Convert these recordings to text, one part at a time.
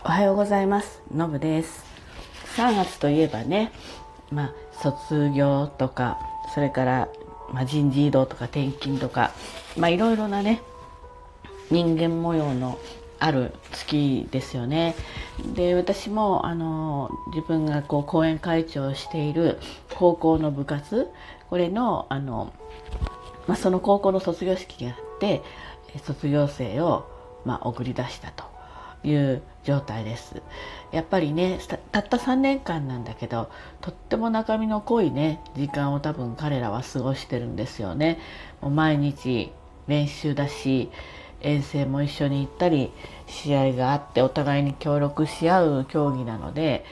おはようございます。のぶです。3月といえばね、卒業とか、それから、人事異動とか転勤とか、いろいろなね、人間模様のある月ですよね。で、私も自分が講演会長をしている高校の部活、これのその高校の卒業式があって、卒業生を送り出したという状態です。やっぱりね、たった3年間なんだけど、とっても中身の濃いね時間を多分彼らは過ごしてるんですよね。もう毎日練習だし、遠征も一緒に行ったり、試合があってお互いに協力し合う競技なので、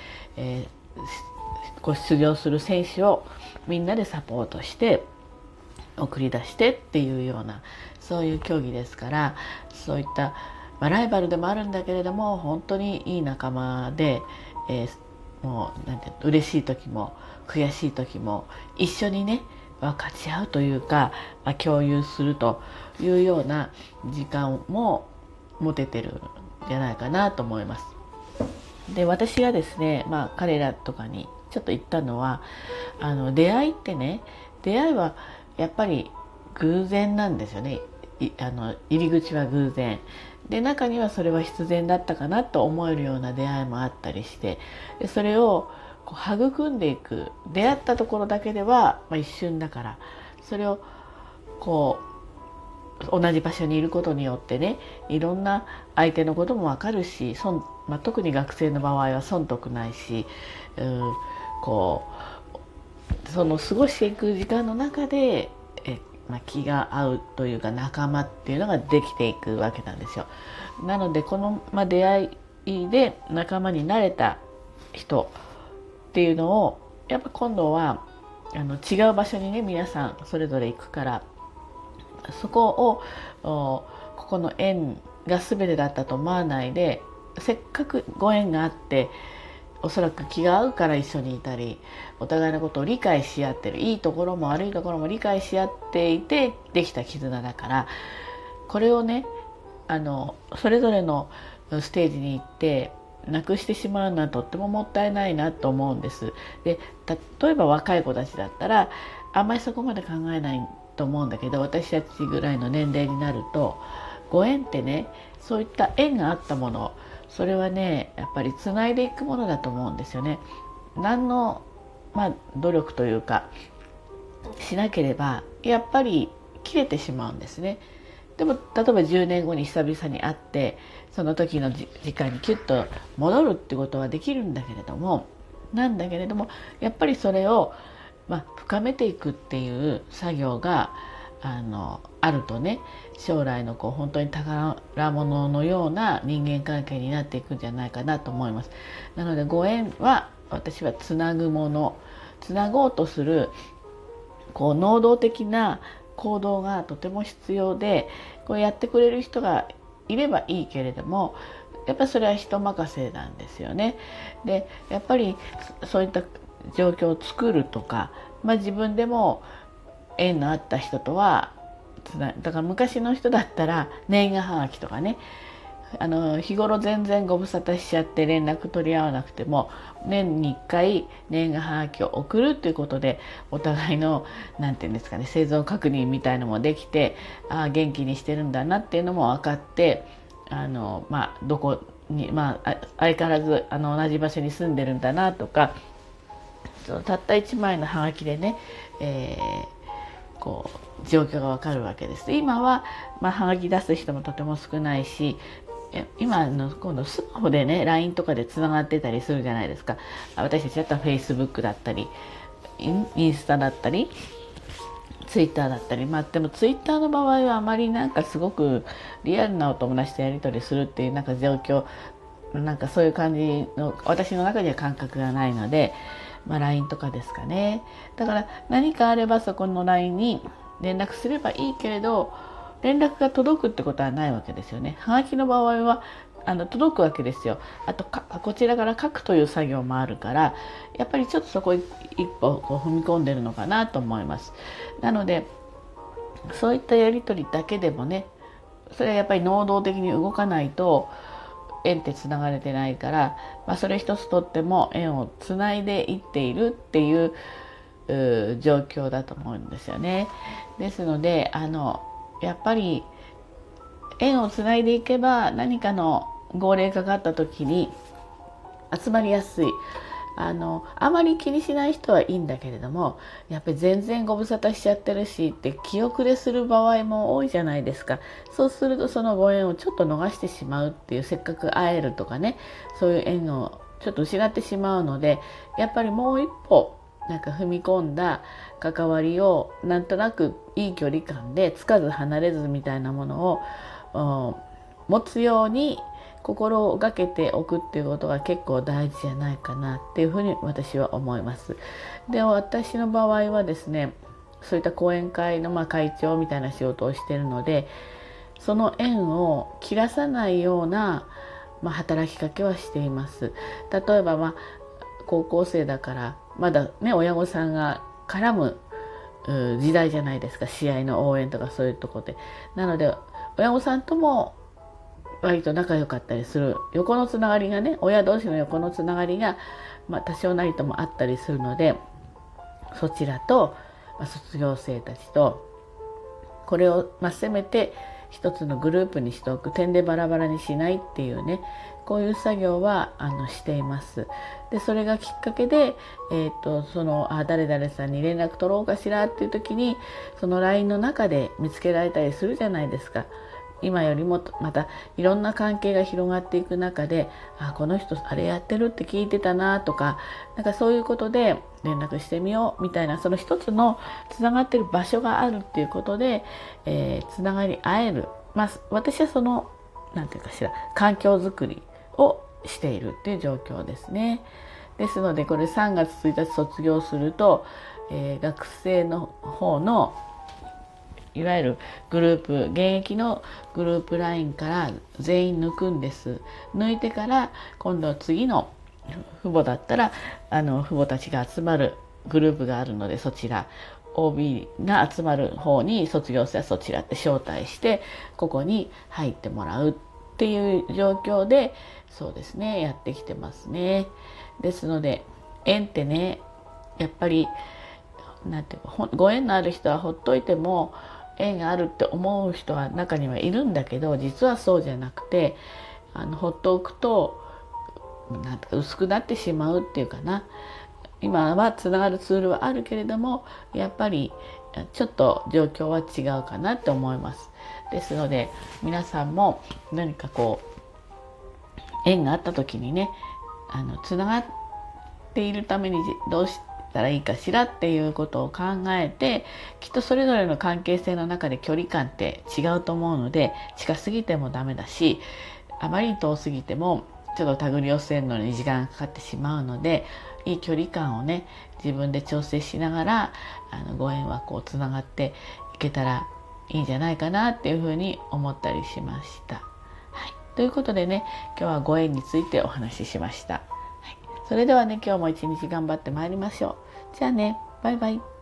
出場する選手をみんなでサポートして送り出してっていうような、そういう競技ですから、そういった、ライバルでもあるんだけれども、本当にいい仲間で、もうなんて嬉しい時も悔しい時も一緒にね分かち合うというか、共有するというような時間も持ててるんじゃないかなと思います。で、私がですね、彼らとかにちょっと言ったのは、出会いってね、出会いはやっぱり偶然なんですよね。入り口は偶然で、中にはそれは必然だったかなと思えるような出会いもあったりして、でそれを育んでいく、出会ったところだけでは、一瞬だから、それを同じ場所にいることによってね、いろんな相手のことも分かるし、特に学生の場合は損得ないし、こその過ごしていく時間の中で気が合うというか、仲間っていうのができていくわけなんですよ。なのでこの、出会いで仲間になれた人っていうのを、やっぱ今度は違う場所にね、皆さんそれぞれ行くから、そこをここの縁が全てだったと思わないで、せっかくご縁があって、おそらく気が合うから一緒にいたり、お互いのことを理解し合ってる、いいところも悪いところも理解し合っていてできた絆だから、これをね、それぞれのステージに行ってなくしてしまうのはとってももったいないなと思うんです。で、例えば若い子たちだったらあんまりそこまで考えないと思うんだけど、私たちぐらいの年齢になると、ご縁ってね、そういった縁があったもの、それはね、やっぱりつないでいくものだと思うんですよね。何の、努力というかしなければやっぱり切れてしまうんですね。でも例えば10年後に久々に会って、その時の時間にキュッと戻るってことはできるんだけれども、やっぱりそれを、深めていくっていう作業があるとね、将来の本当に宝物のような人間関係になっていくんじゃないかなと思います。なのでご縁は、私はつなぐもの、つなごうとする能動的な行動がとても必要で、やってくれる人がいればいいけれども、やっぱりそれは人任せなんですよね。で、やっぱりそういった状況を作るとか、自分でも縁のあった人とはだから昔の人だったら年賀はがきとかね、日頃全然ご無沙汰しちゃって連絡取り合わなくても、年に1回年賀はがきを送るということで、お互いのなんていうんですかね、生存確認みたいのもできて、元気にしてるんだなっていうのも分かって、どこに、相変わらず同じ場所に住んでるんだなとか、たった1枚のはがきでね、状況がわかるわけです。今は、はがき出す人もとても少ないし、今今度スマホでね、 LINE とかでつながってたりするじゃないですか。私たちだったら Facebook だったりインスタだったりツイッターだったり、でもツイッターの場合はあまりすごくリアルなお友達とやり取りするっていう状況、そういう感じの私の中には感覚がないので、LINE とかですかね。だから何かあればそこの LINE に連絡すればいいけれど、連絡が届くってことはないわけですよね。はがきの場合は届くわけですよ。あとこちらから書くという作業もあるから、やっぱりちょっとそこ一歩踏み込んでるのかなと思います。なのでそういったやり取りだけでもね、それはやっぱり能動的に動かないと、 縁ってつながれてないから、それ一つとっても縁をつないでいっているっていう状況だと思うんですよね。ですのでやっぱり縁をつないでいけば何かの号令かかった時に集まりやすい。あまり気にしない人はいいんだけれども、やっぱり全然ご無沙汰しちゃってるしって気遅れする場合も多いじゃないですか。そうするとそのご縁をちょっと逃してしまうっていう、せっかく会えるとかね、そういう縁をちょっと失ってしまうので、やっぱりもう一歩踏み込んだ関わりをなんとなくいい距離感でつかず離れずみたいなものを持つように心がけておくっていうことが結構大事じゃないかなっていうふうに私は思います。で、私の場合はですね、そういった講演会の会長みたいな仕事をしているので、その縁を切らさないような、働きかけはしています。例えば、高校生だからまだね、親御さんが絡む時代じゃないですか。試合の応援とかそういうところで。なので親御さんとも割と仲良かったりする、横のつながりがね、親同士の横のつながりが、多少なりともあったりするので、そちらと、卒業生たちとこれを、せめて一つのグループにしておく、点でバラバラにしないっていうね、こういう作業はしています。でそれがきっかけで、誰々さんに連絡取ろうかしらっていう時に、その LINE の中で見つけられたりするじゃないですか。今よりもまたいろんな関係が広がっていく中で、この人あれやってるって聞いてたなとか、そういうことで連絡してみようみたいな、その一つのつながってる場所があるっていうことで、つながり合える、私はそのなんていうかしら、環境づくりをしているっていう状況ですね。ですのでこれ3月1日卒業すると、学生の方のいわゆるグループ、現役のグループ LINE から全員抜くんです。抜いてから今度次の父母だったら父母たちが集まるグループがあるので、そちら OB が集まる方に卒業生はそちらって招待して、ここに入ってもらうっていう状況で、そうですね、やってきてますね。ですので縁ってね、やっぱりなんていうか、ご縁のある人はほっといても縁があるって思う人は中にはいるんだけど、実はそうじゃなくて、ほっとくと薄くなってしまうっていうかな。今はつながるツールはあるけれども、やっぱりちょっと状況は違うかなって思います。ですので皆さんも何か縁があった時にね、つながっているためにどうしたらいいかしらっていうことを考えて、きっとそれぞれの関係性の中で距離感って違うと思うので、近すぎてもダメだし、あまりに遠すぎてもちょっと手繰り寄せるのに時間がかかってしまうので、いい距離感をね、自分で調整しながらご縁はつながっていけたらいいんじゃないかなっていうふうに思ったりしました。はい、ということでね、今日はご縁についてお話ししました。はい、それではね、今日も一日頑張ってまいりましょう。じゃあね、バイバイ。